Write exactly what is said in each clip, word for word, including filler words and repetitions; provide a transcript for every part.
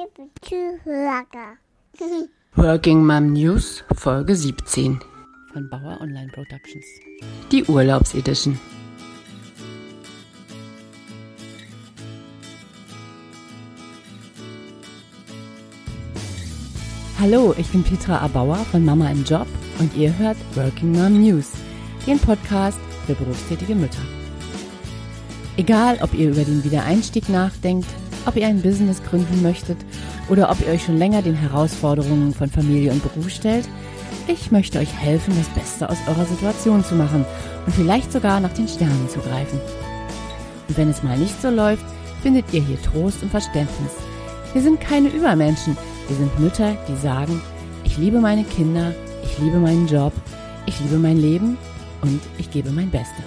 liebe Zuhörer. Working Mom News, Folge siebzehn. Von Bauer Online Productions. Die Urlaubsedition. Hallo, ich bin Petra Abauer von Mama im Job und ihr hört Working Mom News, den Podcast für berufstätige Mütter. Egal, ob ihr über den Wiedereinstieg nachdenkt, ob ihr ein Business gründen möchtet oder ob ihr euch schon länger den Herausforderungen von Familie und Beruf stellt, ich möchte euch helfen, das Beste aus eurer Situation zu machen und vielleicht sogar nach den Sternen zu greifen. Und wenn es mal nicht so läuft, findet ihr hier Trost und Verständnis. Wir sind keine Übermenschen, wir sind Mütter, die sagen, ich liebe meine Kinder, ich liebe meinen Job, ich liebe mein Leben und ich gebe mein Bestes.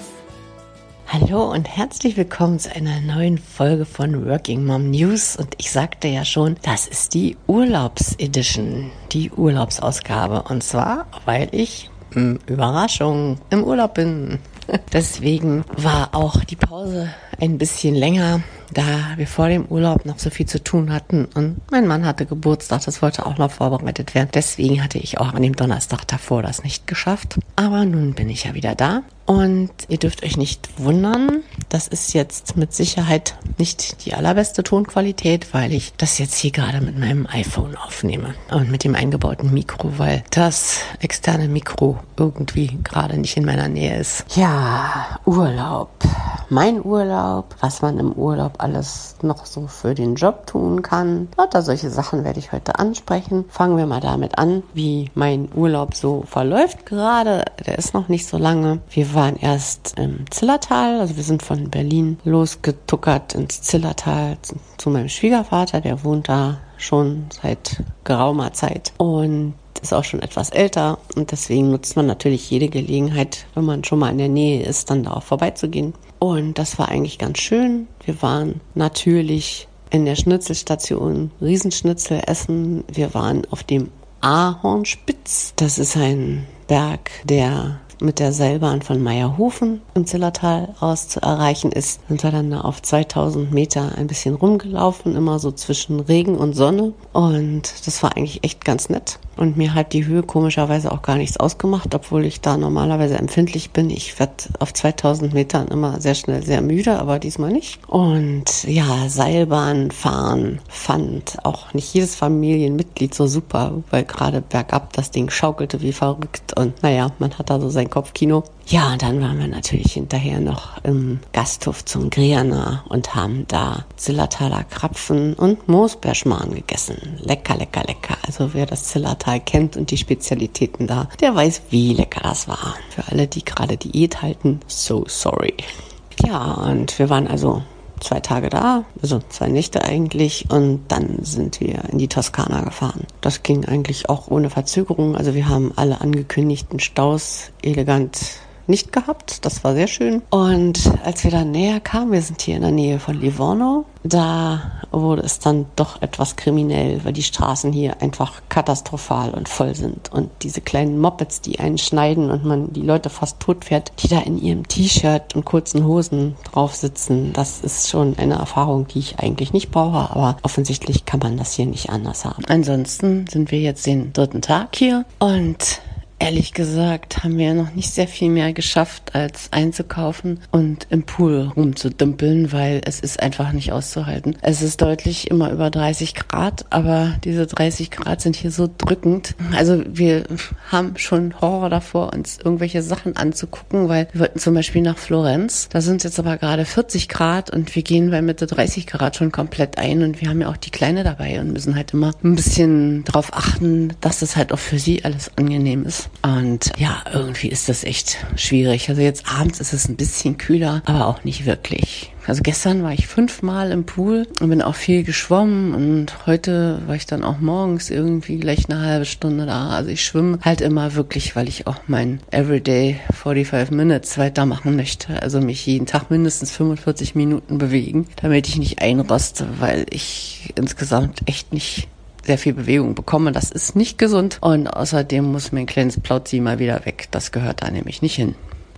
Hallo und herzlich willkommen zu einer neuen Folge von Working Mom News. Und ich sagte ja schon, das ist die Urlaubsedition, die Urlaubsausgabe. Und zwar, weil ich, mh, Überraschung, im Urlaub bin. Deswegen war auch die Pause ein bisschen länger, da wir vor dem Urlaub noch so viel zu tun hatten und mein Mann hatte Geburtstag, das wollte auch noch vorbereitet werden. Deswegen hatte ich auch an dem Donnerstag davor das nicht geschafft. Aber nun bin ich ja wieder da und ihr dürft euch nicht wundern, das ist jetzt mit Sicherheit nicht die allerbeste Tonqualität, weil ich das jetzt hier gerade mit meinem iPhone aufnehme und mit dem eingebauten Mikro, weil das externe Mikro irgendwie gerade nicht in meiner Nähe ist. Ja, Urlaub. Mein Urlaub, was man im Urlaub alles noch so für den Job tun kann. Lauter solche Sachen werde ich heute ansprechen. Fangen wir mal damit an, wie mein Urlaub so verläuft gerade. Der ist noch nicht so lange. Wir waren erst im Zillertal, also wir sind von Berlin losgetuckert ins Zillertal zu, zu meinem Schwiegervater, der wohnt da schon seit geraumer Zeit und ist auch schon etwas älter und deswegen nutzt man natürlich jede Gelegenheit, wenn man schon mal in der Nähe ist, dann darauf vorbeizugehen. Und das war eigentlich ganz schön. Wir waren natürlich in der Schnitzelstation Riesenschnitzel essen. Wir waren auf dem Ahornspitz. Das ist ein Berg, der mit der Seilbahn von Meierhofen im Zillertal aus zu erreichen ist. Sind wir dann da auf zweitausend Meter ein bisschen rumgelaufen, immer so zwischen Regen und Sonne. Und das war eigentlich echt ganz nett. Und mir hat die Höhe komischerweise auch gar nichts ausgemacht, obwohl ich da normalerweise empfindlich bin. Ich werde auf zweitausend Metern immer sehr schnell sehr müde, aber diesmal nicht. Und ja, Seilbahn fahren fand auch nicht jedes Familienmitglied so super, weil gerade bergab das Ding schaukelte wie verrückt. Und naja, man hat da so sein Kopfkino. Ja, und dann waren wir natürlich hinterher noch im Gasthof zum Griana und haben da Zillertaler Krapfen und Moosbeerschmarrn gegessen. Lecker, lecker, lecker. Also wer das Zillertal kennt und die Spezialitäten da, der weiß, wie lecker das war. Für alle, die gerade Diät halten, so sorry. Ja, und wir waren also zwei Tage da, also zwei Nächte eigentlich, und dann sind wir in die Toskana gefahren. Das ging eigentlich auch ohne Verzögerung. Also wir haben alle angekündigten Staus elegant nicht gehabt. Das war sehr schön. Und als wir dann näher kamen, wir sind hier in der Nähe von Livorno, da wurde es dann doch etwas kriminell, weil die Straßen hier einfach katastrophal und voll sind. Und diese kleinen Mopeds, die einen schneiden und man die Leute fast tot fährt, die da in ihrem T-Shirt und kurzen Hosen drauf sitzen, das ist schon eine Erfahrung, die ich eigentlich nicht brauche, aber offensichtlich kann man das hier nicht anders haben. Ansonsten sind wir jetzt den dritten Tag hier und ehrlich gesagt haben wir noch nicht sehr viel mehr geschafft, als einzukaufen und im Pool rumzudümpeln, weil es ist einfach nicht auszuhalten. Es ist deutlich immer über dreißig Grad, aber diese dreißig Grad sind hier so drückend. Also wir haben schon Horror davor, uns irgendwelche Sachen anzugucken, weil wir wollten zum Beispiel nach Florenz. Da sind jetzt aber gerade vierzig Grad und wir gehen bei Mitte dreißig Grad schon komplett ein und wir haben ja auch die Kleine dabei und müssen halt immer ein bisschen drauf achten, dass das halt auch für sie alles angenehm ist. Und ja, irgendwie ist das echt schwierig. Also jetzt abends ist es ein bisschen kühler, aber auch nicht wirklich. Also gestern war ich fünfmal im Pool und bin auch viel geschwommen und heute war ich dann auch morgens irgendwie gleich eine halbe Stunde da. Also ich schwimme halt immer wirklich, weil ich auch mein Everyday forty-five Minutes weitermachen möchte. Also mich jeden Tag mindestens fünfundvierzig Minuten bewegen, damit ich nicht einroste, weil ich insgesamt echt nicht sehr viel Bewegung bekomme. Das ist nicht gesund und außerdem muss mein kleines Plauzi mal wieder weg. Das gehört da nämlich nicht hin.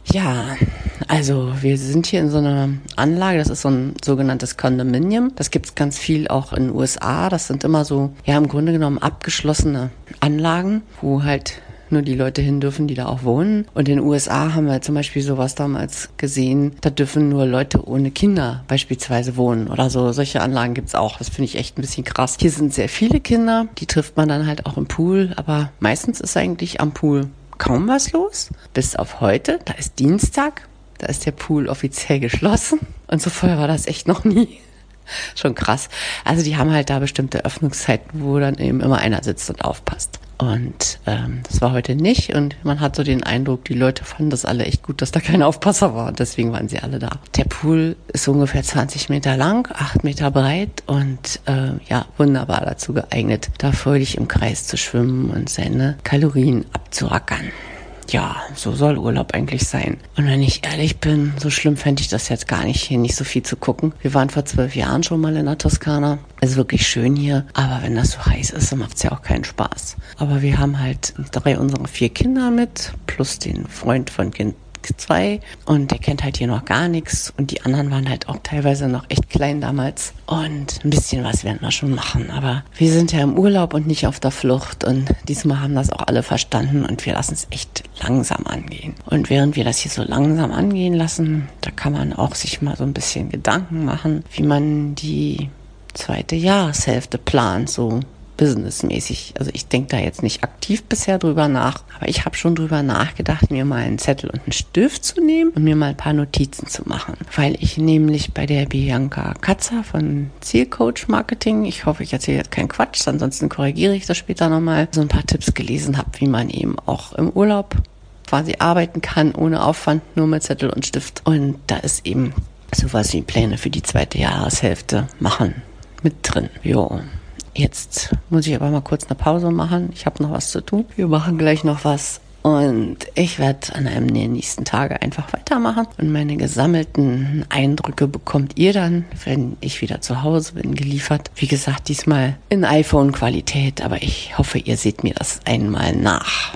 Ja, also wir sind hier in so einer Anlage, das ist so ein sogenanntes Condominium. Das gibt's ganz viel auch in den U S A. Das sind immer so, ja im Grunde genommen abgeschlossene Anlagen, wo halt nur die Leute hin dürfen, die da auch wohnen. Und in den U S A haben wir zum Beispiel sowas damals gesehen, da dürfen nur Leute ohne Kinder beispielsweise wohnen oder so. Solche Anlagen gibt's auch. Das finde ich echt ein bisschen krass. Hier sind sehr viele Kinder, die trifft man dann halt auch im Pool, aber meistens ist eigentlich am Pool kaum was los. Bis auf heute, da ist Dienstag, da ist der Pool offiziell geschlossen. Und so vorher war das echt noch nie. Schon krass. Also die haben halt da bestimmte Öffnungszeiten, wo dann eben immer einer sitzt und aufpasst. Und ähm, das war heute nicht und man hat so den Eindruck, die Leute fanden das alle echt gut, dass da kein Aufpasser war und deswegen waren sie alle da. Der Pool ist so ungefähr zwanzig Meter lang, acht Meter breit und äh, ja, wunderbar dazu geeignet, da fröhlich im Kreis zu schwimmen und seine Kalorien abzurackern. Ja, so soll Urlaub eigentlich sein. Und wenn ich ehrlich bin, so schlimm fände ich das jetzt gar nicht, hier nicht so viel zu gucken. Wir waren vor zwölf Jahren schon mal in der Toskana. Es ist wirklich schön hier, aber wenn das so heiß ist, dann macht es ja auch keinen Spaß. Aber wir haben halt drei unserer vier Kinder mit, plus den Freund von Kind zwei und der kennt halt hier noch gar nichts und die anderen waren halt auch teilweise noch echt klein damals und ein bisschen was werden wir schon machen, aber wir sind ja im Urlaub und nicht auf der Flucht und diesmal haben das auch alle verstanden und wir lassen es echt langsam angehen. Und während wir das hier so langsam angehen lassen, da kann man auch sich mal so ein bisschen Gedanken machen, wie man die zweite Jahreshälfte plant, so businessmäßig. Also ich denke da jetzt nicht aktiv bisher drüber nach, aber ich habe schon drüber nachgedacht, mir mal einen Zettel und einen Stift zu nehmen und mir mal ein paar Notizen zu machen. Weil ich nämlich bei der Bianca Katzer von Zielcoach Marketing, ich hoffe, ich erzähle jetzt keinen Quatsch, ansonsten korrigiere ich das später nochmal, so ein paar Tipps gelesen habe, wie man eben auch im Urlaub quasi arbeiten kann, ohne Aufwand, nur mit Zettel und Stift. Und da ist eben sowas wie Pläne für die zweite Jahreshälfte machen mit drin. Jo. Jetzt muss ich aber mal kurz eine Pause machen. Ich habe noch was zu tun. Wir machen gleich noch was. Und ich werde an einem der nächsten Tage einfach weitermachen. Und meine gesammelten Eindrücke bekommt ihr dann, wenn ich wieder zu Hause bin, geliefert. Wie gesagt, diesmal in iPhone-Qualität. Aber ich hoffe, ihr seht mir das einmal nach.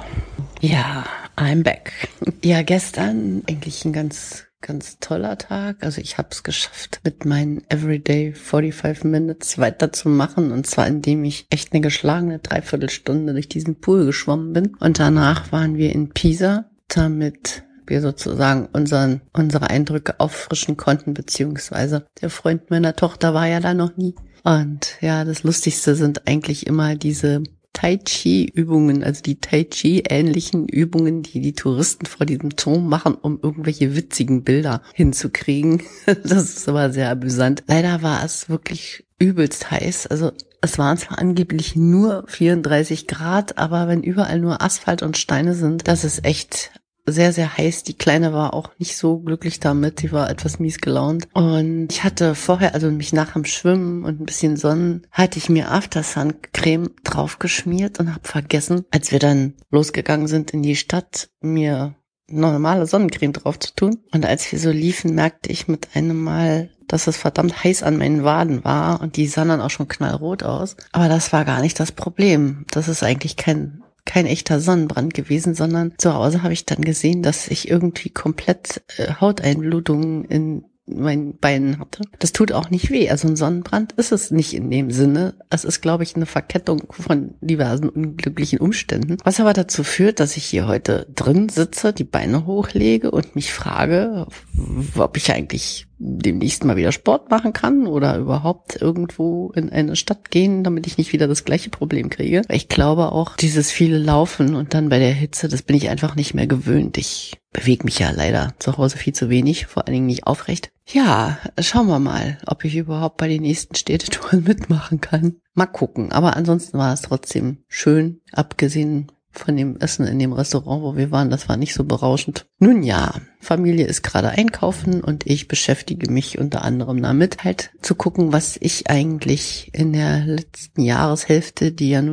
Ja, I'm back. Ja, gestern eigentlich ein ganz... ganz toller Tag. Also ich habe es geschafft, mit meinen Everyday forty-five Minutes weiterzumachen. Und zwar, indem ich echt eine geschlagene Dreiviertelstunde durch diesen Pool geschwommen bin. Und danach waren wir in Pisa, damit wir sozusagen unseren unsere Eindrücke auffrischen konnten, beziehungsweise der Freund meiner Tochter war ja da noch nie. Und ja, das Lustigste sind eigentlich immer diese Tai Chi-Übungen, also die Tai Chi-ähnlichen Übungen, die die Touristen vor diesem Turm machen, um irgendwelche witzigen Bilder hinzukriegen. Das ist aber sehr amüsant. Leider war es wirklich übelst heiß. Also es waren zwar angeblich nur vierunddreißig Grad, aber wenn überall nur Asphalt und Steine sind, das ist echt sehr, sehr heiß. Die Kleine war auch nicht so glücklich damit. Sie war etwas mies gelaunt. Und ich hatte vorher, also mich nach dem Schwimmen und ein bisschen Sonnen, hatte ich mir Aftersun-Creme draufgeschmiert und habe vergessen, als wir dann losgegangen sind in die Stadt, mir normale Sonnencreme drauf zu tun. Und als wir so liefen, merkte ich mit einem Mal, dass es verdammt heiß an meinen Waden war und die sahen dann auch schon knallrot aus. Aber das war gar nicht das Problem. Das ist eigentlich kein kein echter Sonnenbrand gewesen, sondern zu Hause habe ich dann gesehen, dass ich irgendwie komplett äh, Hauteinblutungen in meinen Beinen hatte. Das tut auch nicht weh. Also ein Sonnenbrand ist es nicht in dem Sinne. Es ist, glaube ich, eine Verkettung von diversen unglücklichen Umständen. Was aber dazu führt, dass ich hier heute drin sitze, die Beine hochlege und mich frage, ob ich eigentlich demnächst mal wieder Sport machen kann oder überhaupt irgendwo in eine Stadt gehen, damit ich nicht wieder das gleiche Problem kriege. Ich glaube auch, dieses viele Laufen und dann bei der Hitze, das bin ich einfach nicht mehr gewöhnt. Ich bewege mich ja leider zu Hause viel zu wenig, vor allen Dingen nicht aufrecht. Ja, schauen wir mal, ob ich überhaupt bei den nächsten Städtetouren mitmachen kann. Mal gucken, aber ansonsten war es trotzdem schön, abgesehen von dem Essen in dem Restaurant, wo wir waren, das war nicht so berauschend. Nun ja, Familie ist gerade einkaufen und ich beschäftige mich unter anderem damit, halt zu gucken, was ich eigentlich in der letzten Jahreshälfte, die ja nun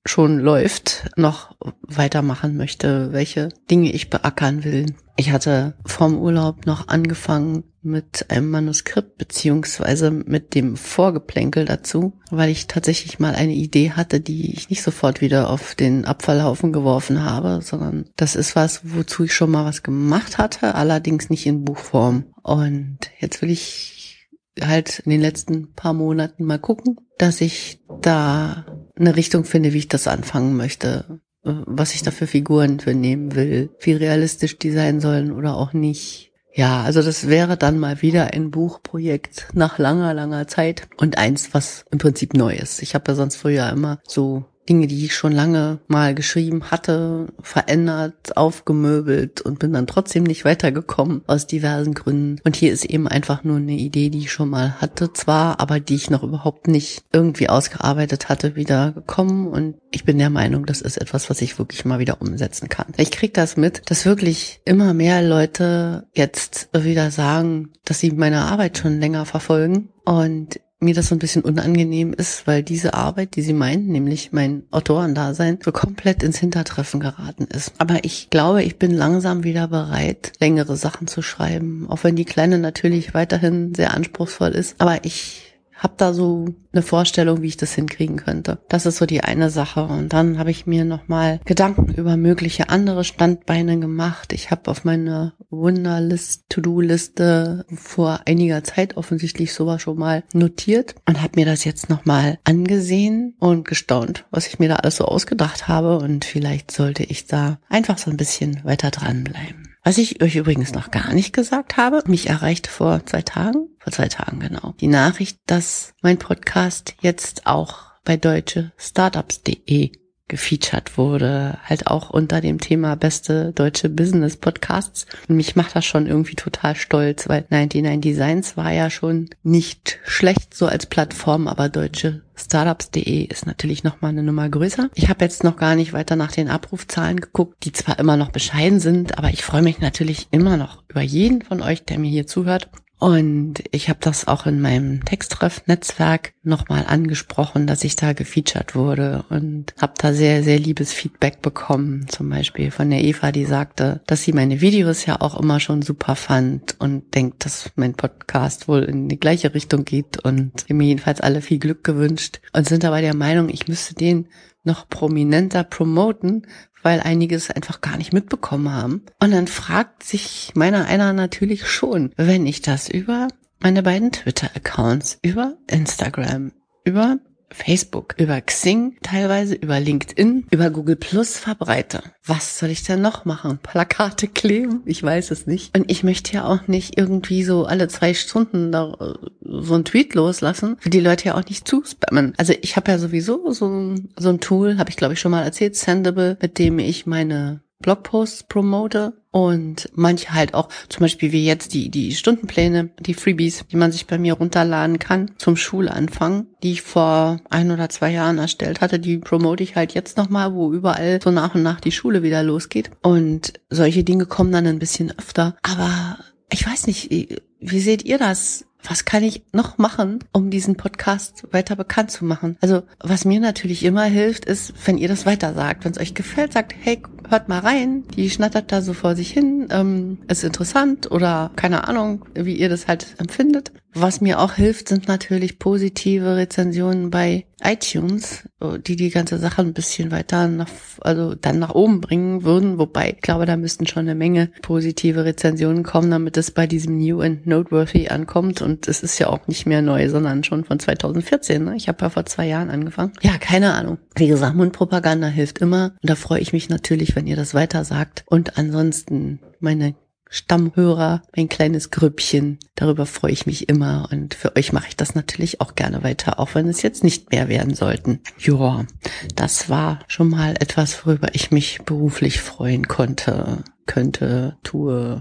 schon läuft, noch weitermachen möchte, welche Dinge ich beackern will. Ich hatte vorm Urlaub noch angefangen mit einem Manuskript beziehungsweise mit dem Vorgeplänkel dazu, weil ich tatsächlich mal eine Idee hatte, die ich nicht sofort wieder auf den Abfallhaufen geworfen habe, sondern das ist was, wozu ich schon mal was gemacht hatte, allerdings nicht in Buchform. Und jetzt will ich halt in den letzten paar Monaten mal gucken, dass ich da eine Richtung finde, wie ich das anfangen möchte, was ich da für Figuren für nehmen will, wie realistisch die sein sollen oder auch nicht. Ja, also das wäre dann mal wieder ein Buchprojekt nach langer, langer Zeit und eins, was im Prinzip neu ist. Ich habe ja sonst früher immer so Dinge, die ich schon lange mal geschrieben hatte, verändert, aufgemöbelt und bin dann trotzdem nicht weitergekommen aus diversen Gründen. Und hier ist eben einfach nur eine Idee, die ich schon mal hatte zwar, aber die ich noch überhaupt nicht irgendwie ausgearbeitet hatte, wieder gekommen. Und ich bin der Meinung, das ist etwas, was ich wirklich mal wieder umsetzen kann. Ich kriege das mit, dass wirklich immer mehr Leute jetzt wieder sagen, dass sie meine Arbeit schon länger verfolgen und mir das so ein bisschen unangenehm ist, weil diese Arbeit, die sie meinen, nämlich mein Autorendasein, so komplett ins Hintertreffen geraten ist. Aber ich glaube, ich bin langsam wieder bereit, längere Sachen zu schreiben, auch wenn die Kleine natürlich weiterhin sehr anspruchsvoll ist. Aber ich habe da so eine Vorstellung, wie ich das hinkriegen könnte. Das ist so die eine Sache. Und dann habe ich mir nochmal Gedanken über mögliche andere Standbeine gemacht. Ich habe auf meiner Wunderlist, To-Do-Liste vor einiger Zeit offensichtlich sowas schon mal notiert und habe mir das jetzt nochmal angesehen und gestaunt, was ich mir da alles so ausgedacht habe. Und vielleicht sollte ich da einfach so ein bisschen weiter dranbleiben. Was ich euch übrigens noch gar nicht gesagt habe, mich erreichte vor zwei Tagen, vor zwei Tagen genau, die Nachricht, dass mein Podcast jetzt auch bei deutsche startups punkt de gefeatured wurde, halt auch unter dem Thema beste deutsche Business Podcasts. Und mich macht das schon irgendwie total stolz, weil neunundneunzig Designs war ja schon nicht schlecht so als Plattform, aber deutsche startups punkt de ist natürlich nochmal eine Nummer größer. Ich habe jetzt noch gar nicht weiter nach den Abrufzahlen geguckt, die zwar immer noch bescheiden sind, aber ich freue mich natürlich immer noch über jeden von euch, der mir hier zuhört. Und ich habe das auch in meinem Texttreff-Netzwerk nochmal angesprochen, dass ich da gefeatured wurde und habe da sehr, sehr liebes Feedback bekommen. Zum Beispiel von der Eva, die sagte, dass sie meine Videos ja auch immer schon super fand und denkt, dass mein Podcast wohl in die gleiche Richtung geht und mir jedenfalls alle viel Glück gewünscht und sind aber der Meinung, ich müsste den noch prominenter promoten, weil einige es einfach gar nicht mitbekommen haben. Und dann fragt sich meiner einer natürlich schon, wenn ich das über meine beiden Twitter-Accounts, über Instagram, über Facebook, über Xing, teilweise über LinkedIn, über Google Plus verbreite. Was soll ich denn noch machen? Plakate kleben? Ich weiß es nicht. Und ich möchte ja auch nicht irgendwie so alle zwei Stunden da so einen Tweet loslassen, für die Leute ja auch nicht zuspammen. Also ich habe ja sowieso so, so ein Tool, habe ich glaube ich schon mal erzählt, Sendable, mit dem ich meine Blogposts promote und manche halt auch, zum Beispiel wie jetzt die die Stundenpläne, die Freebies, die man sich bei mir runterladen kann zum Schulanfang, die ich vor ein oder zwei Jahren erstellt hatte, die promote ich halt jetzt nochmal, wo überall so nach und nach die Schule wieder losgeht. Und solche Dinge kommen dann ein bisschen öfter. Aber ich weiß nicht, wie seht ihr das? Was kann ich noch machen, um diesen Podcast weiter bekannt zu machen? Also was mir natürlich immer hilft, ist, wenn ihr das weiter sagt. Wenn es euch gefällt, sagt, hey, hört mal rein. Die schnattert da so vor sich hin. Ähm, ist interessant oder keine Ahnung, wie ihr das halt empfindet. Was mir auch hilft, sind natürlich positive Rezensionen bei iTunes, die die ganze Sache ein bisschen weiter nach, also dann nach oben bringen würden. Wobei, ich glaube, da müssten schon eine Menge positive Rezensionen kommen, damit es bei diesem New and Noteworthy ankommt. Und es ist ja auch nicht mehr neu, sondern schon von zweitausendvierzehn. Ne? Ich habe ja vor zwei Jahren angefangen. Ja, keine Ahnung. Wie gesagt, Mundpropaganda hilft immer. Und da freue ich mich natürlich, wenn ihr das weiter sagt. Und ansonsten meine Stammhörer, mein kleines Grüppchen, darüber freue ich mich immer und für euch mache ich das natürlich auch gerne weiter, auch wenn es jetzt nicht mehr werden sollten. Joa, das war schon mal etwas, worüber ich mich beruflich freuen konnte, könnte, tue.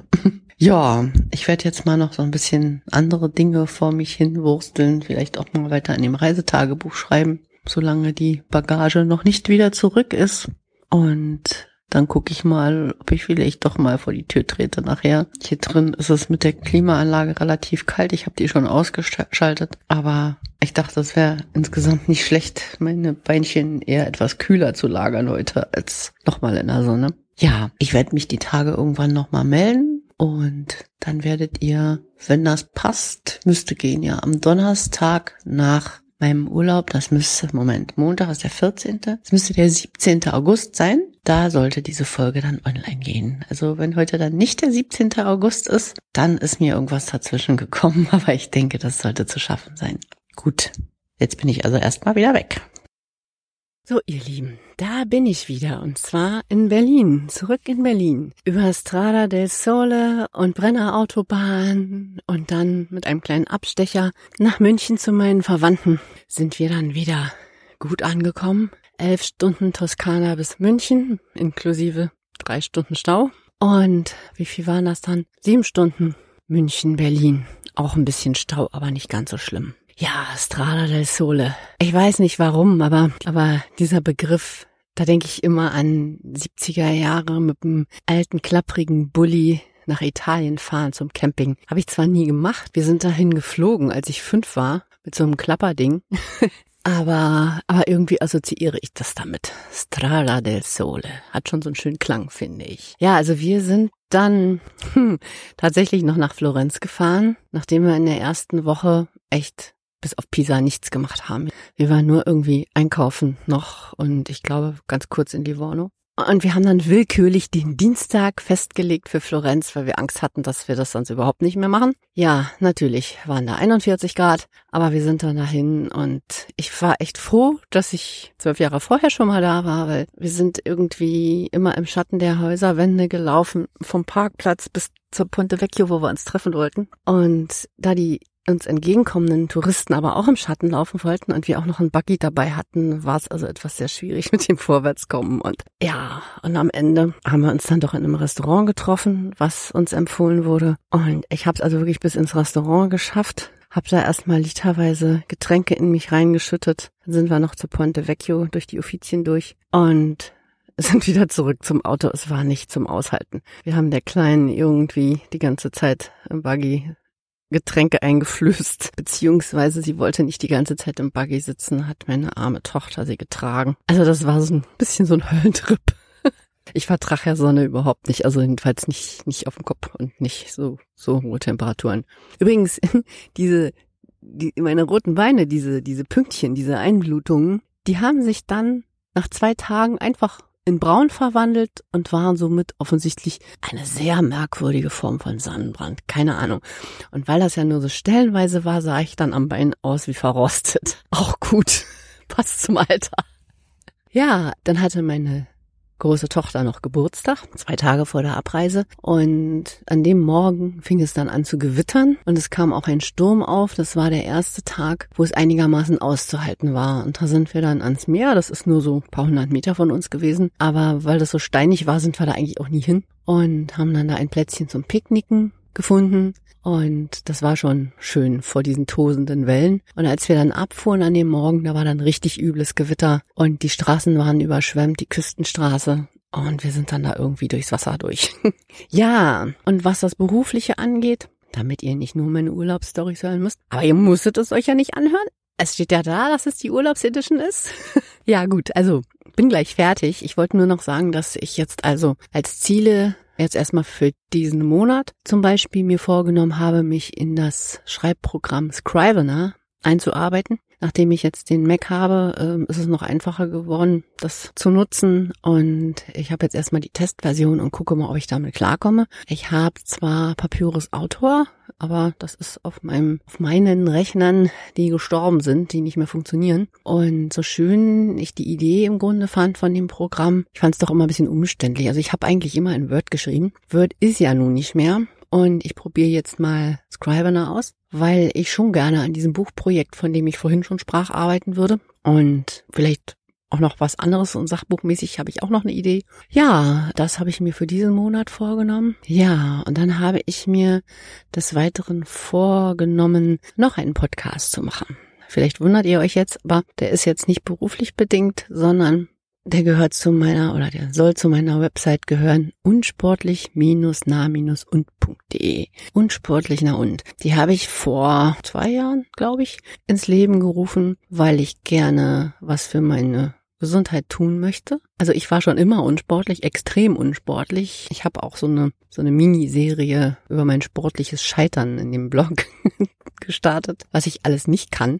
Ja, ich werde jetzt mal noch so ein bisschen andere Dinge vor mich hinwursteln, vielleicht auch mal weiter in dem Reisetagebuch schreiben, solange die Bagage noch nicht wieder zurück ist. Und dann gucke ich mal, ob ich vielleicht doch mal vor die Tür trete nachher. Hier drin ist es mit der Klimaanlage relativ kalt. Ich habe die schon ausgeschaltet, aber ich dachte, das wäre insgesamt nicht schlecht, meine Beinchen eher etwas kühler zu lagern heute als nochmal in der Sonne. Ja, ich werde mich die Tage irgendwann nochmal melden und dann werdet ihr, wenn das passt, müsste gehen ja am Donnerstag nach meinem Urlaub, das müsste, Moment, Montag ist der vierzehnte Das müsste der siebzehnte August sein. Da sollte diese Folge dann online gehen. Also wenn heute dann nicht der siebzehnte August ist, dann ist mir irgendwas dazwischen gekommen, aber ich denke, das sollte zu schaffen sein. Gut, jetzt bin ich also erstmal wieder weg. So, ihr Lieben, da bin ich wieder und zwar in Berlin, zurück in Berlin. Über Strada del Sole und Brenner Autobahn und dann mit einem kleinen Abstecher nach München zu meinen Verwandten sind wir dann wieder gut angekommen. Elf Stunden Toskana bis München, inklusive drei Stunden Stau. Und wie viel waren das dann? Sieben Stunden München, Berlin. Auch ein bisschen Stau, aber nicht ganz so schlimm. Ja, Strada del Sole. Ich weiß nicht warum, aber aber dieser Begriff, da denke ich immer an siebziger Jahre mit einem alten, klapprigen Bulli nach Italien fahren zum Camping. Habe ich zwar nie gemacht, wir sind dahin geflogen, als ich fünf war, mit so einem Klapperding. aber aber irgendwie assoziiere ich das damit. Strada del Sole. Hat schon so einen schönen Klang, finde ich. Ja, also wir sind dann hm, tatsächlich noch nach Florenz gefahren, nachdem wir in der ersten Woche echt bis auf Pisa nichts gemacht haben. Wir waren nur irgendwie einkaufen noch und ich glaube ganz kurz in Livorno. Und wir haben dann willkürlich den Dienstag festgelegt für Florenz, weil wir Angst hatten, dass wir das sonst überhaupt nicht mehr machen. Ja, natürlich waren da einundvierzig Grad, aber wir sind dann dahin und ich war echt froh, dass ich zwölf Jahre vorher schon mal da war, weil wir sind irgendwie immer im Schatten der Häuserwände gelaufen, vom Parkplatz bis zur Ponte Vecchio, wo wir uns treffen wollten. Und da die uns entgegenkommenden Touristen aber auch im Schatten laufen wollten und wir auch noch einen Buggy dabei hatten, war es also etwas sehr schwierig mit dem Vorwärtskommen. Und ja, und am Ende haben wir uns dann doch in einem Restaurant getroffen, was uns empfohlen wurde. Und ich habe es also wirklich bis ins Restaurant geschafft, habe da erstmal literweise Getränke in mich reingeschüttet. Dann sind wir noch zur Ponte Vecchio durch die Uffizien durch und sind wieder zurück zum Auto. Es war nicht zum Aushalten. Wir haben der Kleinen irgendwie die ganze Zeit im Buggy Getränke eingeflößt, beziehungsweise sie wollte nicht die ganze Zeit im Buggy sitzen, hat meine arme Tochter sie getragen. Also das war so ein bisschen so ein Höllentrip. Ich vertrag ja Sonne überhaupt nicht, also jedenfalls nicht nicht auf dem Kopf und nicht so so hohe Temperaturen. Übrigens, diese die, meine roten Beine, diese diese Pünktchen, diese Einblutungen, die haben sich dann nach zwei Tagen einfach in braun verwandelt und waren somit offensichtlich eine sehr merkwürdige Form von Sonnenbrand. Keine Ahnung. Und weil das ja nur so stellenweise war, sah ich dann am Bein aus wie verrostet. Auch gut. Passt zum Alter. Ja, dann hatte meine große Tochter noch Geburtstag, zwei Tage vor der Abreise. Und an dem Morgen fing es dann an zu gewittern. Und es kam auch ein Sturm auf. Das war der erste Tag, wo es einigermaßen auszuhalten war. Und da sind wir dann ans Meer. Das ist nur so ein paar hundert Meter von uns gewesen. Aber weil das so steinig war, sind wir da eigentlich auch nie hin. Und haben dann da ein Plätzchen zum Picknicken gefunden. Und das war schon schön vor diesen tosenden Wellen. Und als wir dann abfuhren an dem Morgen, da war dann richtig übles Gewitter. Und die Straßen waren überschwemmt, die Küstenstraße. Und wir sind dann da irgendwie durchs Wasser durch. Ja, und was das Berufliche angeht, damit ihr nicht nur meine Urlaubsstories hören müsst, aber ihr musstet es euch ja nicht anhören. Es steht ja da, dass es die Urlaubsedition ist. Ja gut, also bin gleich fertig. Ich wollte nur noch sagen, dass ich jetzt also als Ziele jetzt erstmal für diesen Monat zum Beispiel mir vorgenommen habe, mich in das Schreibprogramm Scrivener einzuarbeiten. Nachdem ich jetzt den Mac habe, äh, ist es noch einfacher geworden, das zu nutzen. Und ich habe jetzt erstmal die Testversion und gucke mal, ob ich damit klarkomme. Ich habe zwar Papyrus Autor, aber das ist auf meinem, auf meinen Rechnern, die gestorben sind, die nicht mehr funktionieren. Und so schön ich die Idee im Grunde fand von dem Programm, ich fand es doch immer ein bisschen umständlich. Also ich habe eigentlich immer in Word geschrieben. Word ist ja nun nicht mehr. Und ich probiere jetzt mal Scrivener aus, weil ich schon gerne an diesem Buchprojekt, von dem ich vorhin schon sprach, arbeiten würde. Und vielleicht auch noch was anderes und sachbuchmäßig habe ich auch noch eine Idee. Ja, das habe ich mir für diesen Monat vorgenommen. Ja, und dann habe ich mir des Weiteren vorgenommen, noch einen Podcast zu machen. Vielleicht wundert ihr euch jetzt, aber der ist jetzt nicht beruflich bedingt, sondern der gehört zu meiner, oder der soll zu meiner Website gehören, unsportlich na und punkt de. Unsportlich na und. Die habe ich vor zwei Jahren, glaube ich, ins Leben gerufen, weil ich gerne was für meine Gesundheit tun möchte. Also ich war schon immer unsportlich, extrem unsportlich. Ich habe auch so eine so eine Miniserie über mein sportliches Scheitern in dem Blog gestartet, was ich alles nicht kann.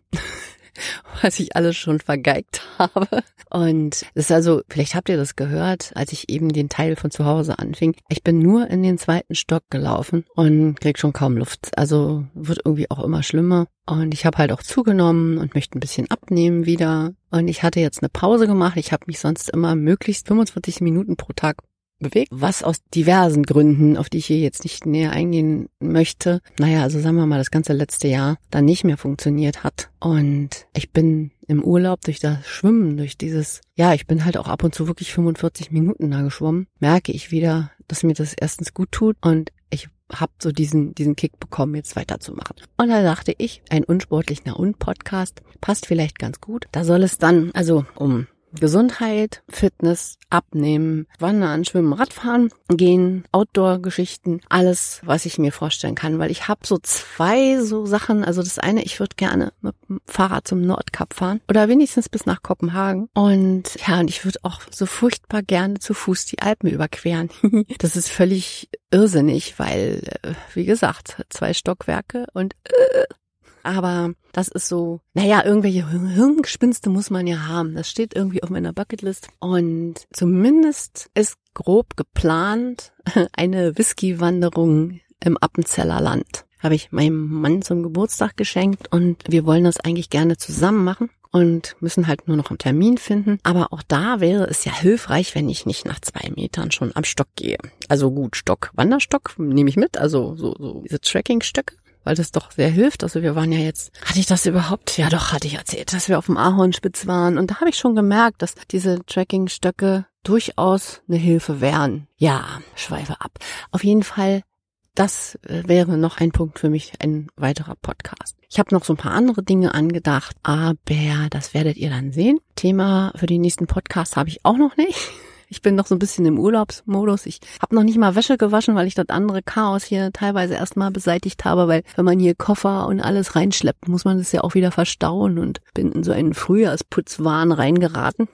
Was ich alles schon vergeigt habe. Und das ist also, vielleicht habt ihr das gehört, als ich eben den Teil von zu Hause anfing. Ich bin nur in den zweiten Stock gelaufen und krieg schon kaum Luft. Also wird irgendwie auch immer schlimmer. Und ich habe halt auch zugenommen und möchte ein bisschen abnehmen wieder. Und ich hatte jetzt eine Pause gemacht. Ich habe mich sonst immer möglichst fünfundzwanzig Minuten pro Tag bewegt, was aus diversen Gründen, auf die ich hier jetzt nicht näher eingehen möchte, naja, also sagen wir mal, das ganze letzte Jahr dann nicht mehr funktioniert hat. Und ich bin im Urlaub durch das Schwimmen, durch dieses, ja, ich bin halt auch ab und zu wirklich fünfundvierzig Minuten da geschwommen, merke ich wieder, dass mir das erstens gut tut und ich habe so diesen diesen Kick bekommen, jetzt weiterzumachen. Und da dachte ich, ein unsportlich na und Podcast passt vielleicht ganz gut. Da soll es dann also um Gesundheit, Fitness, Abnehmen, Wandern, Schwimmen, Radfahren, Gehen, Outdoor-Geschichten, alles, was ich mir vorstellen kann, weil ich habe so zwei so Sachen, also das eine, ich würde gerne mit dem Fahrrad zum Nordkap fahren oder wenigstens bis nach Kopenhagen und ja, und ich würde auch so furchtbar gerne zu Fuß die Alpen überqueren. Das ist völlig irrsinnig, weil, wie gesagt, zwei Stockwerke und äh, aber das ist so, naja, irgendwelche Hirngespinste muss man ja haben. Das steht irgendwie auf meiner Bucketlist. Und zumindest ist grob geplant eine Whisky-Wanderung im Appenzeller Land. Habe ich meinem Mann zum Geburtstag geschenkt und wir wollen das eigentlich gerne zusammen machen. Und müssen halt nur noch einen Termin finden. Aber auch da wäre es ja hilfreich, wenn ich nicht nach zwei Metern schon am Stock gehe. Also gut, Stock, Wanderstock nehme ich mit, also so, so diese Trekkingstöcke. Weil das doch sehr hilft. Also wir waren ja jetzt, hatte ich das überhaupt? Ja doch, hatte ich erzählt, dass wir auf dem Ahornspitz waren. Und da habe ich schon gemerkt, dass diese Trekkingstöcke durchaus eine Hilfe wären. Ja, schweife ab. Auf jeden Fall, das wäre noch ein Punkt für mich, ein weiterer Podcast. Ich habe noch so ein paar andere Dinge angedacht, aber das werdet ihr dann sehen. Thema für den nächsten Podcast habe ich auch noch nicht. Ich bin noch so ein bisschen im Urlaubsmodus. Ich habe noch nicht mal Wäsche gewaschen, weil ich das andere Chaos hier teilweise erstmal beseitigt habe, weil wenn man hier Koffer und alles reinschleppt, muss man das ja auch wieder verstauen und bin in so einen Frühjahrsputzwahn reingeraten.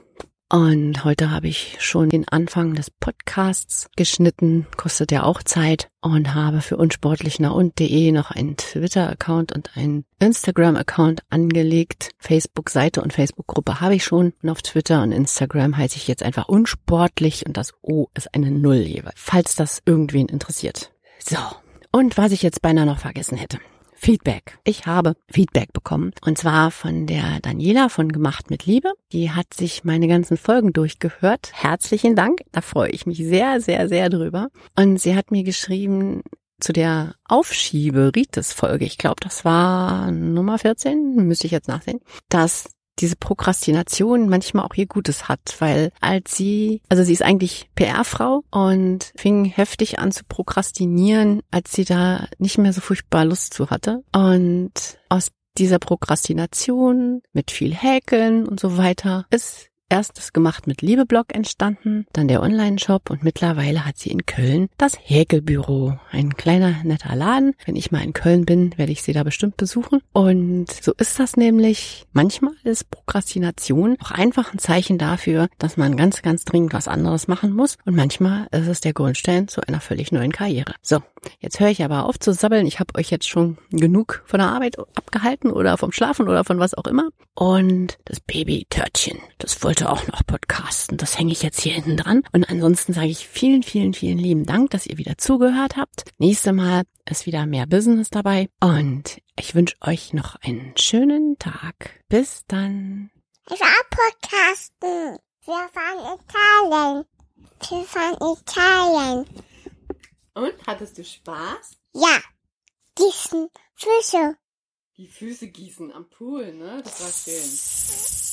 Und heute habe ich schon den Anfang des Podcasts geschnitten, kostet ja auch Zeit, und habe für unsportlich na und punkt de noch einen Twitter-Account und einen Instagram-Account angelegt. Facebook-Seite und Facebook-Gruppe habe ich schon. Und auf Twitter und Instagram heiße ich jetzt einfach unsportlich und das O ist eine Null jeweils, falls das irgendwen interessiert. So, und was ich jetzt beinahe noch vergessen hätte. Feedback. Ich habe Feedback bekommen und zwar von der Daniela von Gemacht mit Liebe. Die hat sich meine ganzen Folgen durchgehört. Herzlichen Dank, da freue ich mich sehr, sehr, sehr drüber. Und sie hat mir geschrieben zu der Aufschiebe-Rites-Folge, ich glaube, das war Nummer vierzehn, müsste ich jetzt nachsehen, dass diese Prokrastination manchmal auch ihr Gutes hat, weil als sie, also sie ist eigentlich P R-Frau und fing heftig an zu prokrastinieren, als sie da nicht mehr so furchtbar Lust zu hatte. Und aus dieser Prokrastination mit viel Häkeln und so weiter ist erst das Gemacht mit Liebe Blog entstanden, dann der Online-Shop und mittlerweile hat sie in Köln das Häkelbüro. Ein kleiner, netter Laden. Wenn ich mal in Köln bin, werde ich sie da bestimmt besuchen. Und so ist das nämlich. Manchmal ist Prokrastination auch einfach ein Zeichen dafür, dass man ganz, ganz dringend was anderes machen muss. Und manchmal ist es der Grundstein zu einer völlig neuen Karriere. So, jetzt höre ich aber auf zu sabbeln. Ich habe euch jetzt schon genug von der Arbeit abgehalten oder vom Schlafen oder von was auch immer. Und das Baby-Törtchen, das wollte auch noch podcasten. Das hänge ich jetzt hier hinten dran. Und ansonsten sage ich vielen, vielen, vielen lieben Dank, dass ihr wieder zugehört habt. Nächstes Mal ist wieder mehr Business dabei. Und ich wünsche euch noch einen schönen Tag. Bis dann. Ich war podcasten. Wir fahren Italien. Wir fahren Italien. Und, hattest du Spaß? Ja. Diesen Füße. Die Füße gießen am Pool, ne? Das war schön.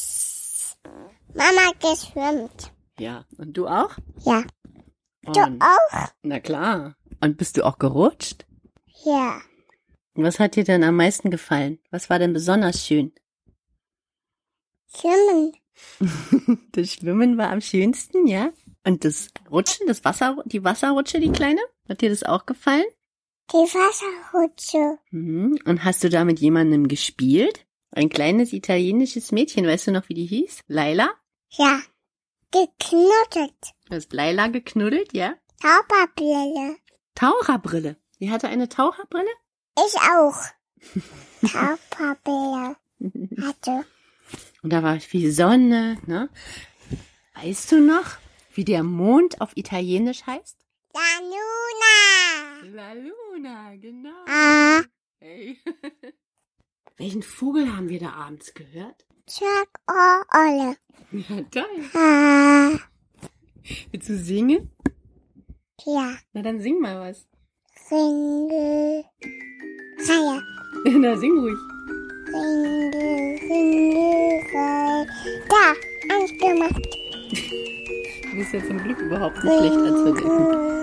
Mama geschwimmt. Ja, und du auch? Ja. Und, Du auch? na klar. Und bist du auch gerutscht? Ja. Was hat dir denn am meisten gefallen? Was war denn besonders schön? Schwimmen. Das Schwimmen war am schönsten, ja? Und das Rutschen, das Wasser, die Wasserrutsche, die kleine? Hat dir das auch gefallen? Die Wasserrutsche. Mhm. Und hast du da mit jemandem gespielt? Ein kleines italienisches Mädchen, weißt du noch, wie die hieß? Laila? Ja. Geknuddelt. Du hast Laila geknuddelt, ja? Taucherbrille. Taucherbrille. Sie hatte eine Taucherbrille? Ich auch. Taucherbrille. Hatte. Und da war viel Sonne, ne? Weißt du noch, wie der Mond auf Italienisch heißt? La Luna. La Luna, genau. Ah. Hey. Welchen Vogel haben wir da abends gehört? Chuck or Olle. Ja, toll. Ah. Willst du singen? Ja. Na, dann sing mal was. Ringe. Reihe. Na, sing ruhig. Ringe, Ringe, Reihe. Da. Angemacht. Du bist ja zum Glück überhaupt nicht schlecht anzudenken.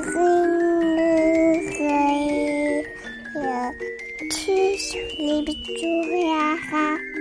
Ja. Tschüss, liebe Zuhörer.